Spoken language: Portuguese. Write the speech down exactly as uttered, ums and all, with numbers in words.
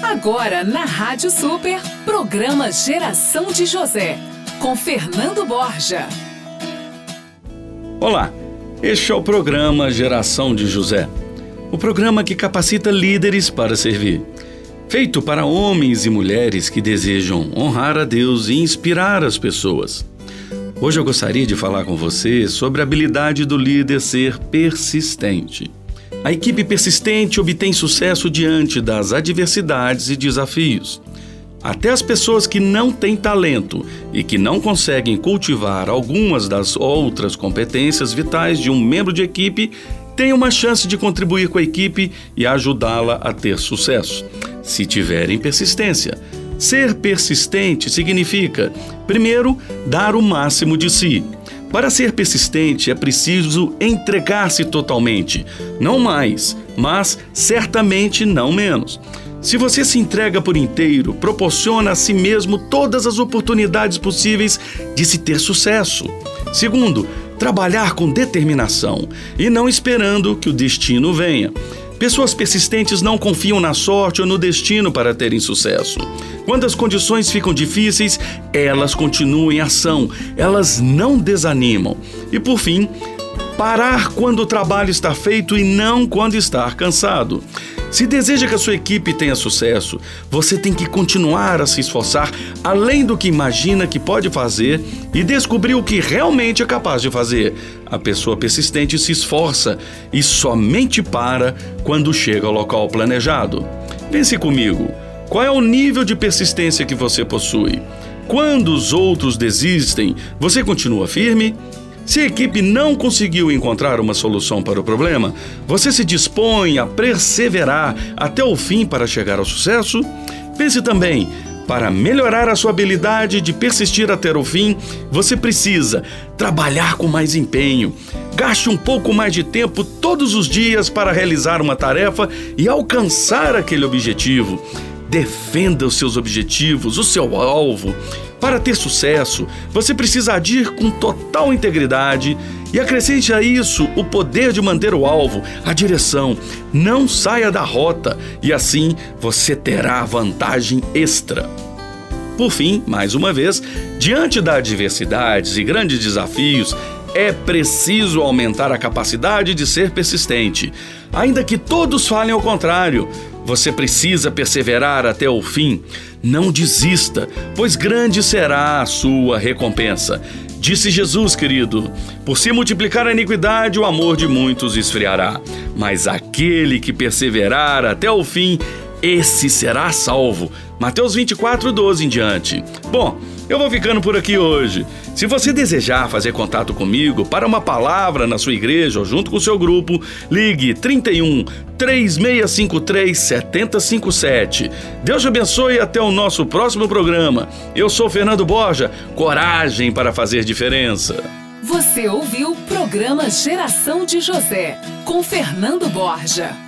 Agora na Rádio Super, programa Geração de José, com Fernando Borja. Olá, este é o programa Geração de José, o programa que capacita líderes para servir, feito para homens e mulheres que desejam honrar a Deus e inspirar as pessoas. Hoje eu gostaria de falar com você sobre a habilidade do líder ser persistente. A equipe persistente obtém sucesso diante das adversidades e desafios. Até as pessoas que não têm talento e que não conseguem cultivar algumas das outras competências vitais de um membro de equipe têm uma chance de contribuir com a equipe e ajudá-la a ter sucesso, se tiverem persistência. Ser persistente significa, primeiro, dar o máximo de si. Para ser persistente é preciso entregar-se totalmente, não mais, mas certamente não menos. Se você se entrega por inteiro, proporciona a si mesmo todas as oportunidades possíveis de se ter sucesso. Segundo, trabalhar com determinação e não esperando que o destino venha. Pessoas persistentes não confiam na sorte ou no destino para terem sucesso. Quando as condições ficam difíceis, elas continuam em ação, elas não desanimam. E por fim, parar quando o trabalho está feito e não quando está cansado. Se deseja que a sua equipe tenha sucesso, você tem que continuar a se esforçar além do que imagina que pode fazer e descobrir o que realmente é capaz de fazer. A pessoa persistente se esforça e somente para quando chega ao local planejado. Pense comigo, qual é o nível de persistência que você possui? Quando os outros desistem, você continua firme? Se a equipe não conseguiu encontrar uma solução para o problema, você se dispõe a perseverar até o fim para chegar ao sucesso? Pense também, para melhorar a sua habilidade de persistir até o fim, você precisa trabalhar com mais empenho. Gaste um pouco mais de tempo todos os dias para realizar uma tarefa e alcançar aquele objetivo. Defenda os seus objetivos, o seu alvo. Para ter sucesso, você precisa agir com total integridade e acrescente a isso o poder de manter o alvo, a direção. Não saia da rota e assim você terá vantagem extra. Por fim, mais uma vez, diante das adversidades e grandes desafios, é preciso aumentar a capacidade de ser persistente. Ainda que todos falem ao contrário, você precisa perseverar até o fim. Não desista, pois grande será a sua recompensa. Disse Jesus, querido, por se multiplicar a iniquidade, o amor de muitos esfriará. Mas aquele que perseverar até o fim, esse será salvo. Mateus vinte e quatro, doze em diante. Bom, eu vou ficando por aqui hoje. Se você desejar fazer contato comigo para uma palavra na sua igreja ou junto com o seu grupo, ligue trinta e um, três seis cinco três, sete zero cinco sete. Deus te abençoe e até o nosso próximo programa. Eu sou Fernando Borja, coragem para fazer diferença. Você ouviu o programa Geração de José, com Fernando Borja.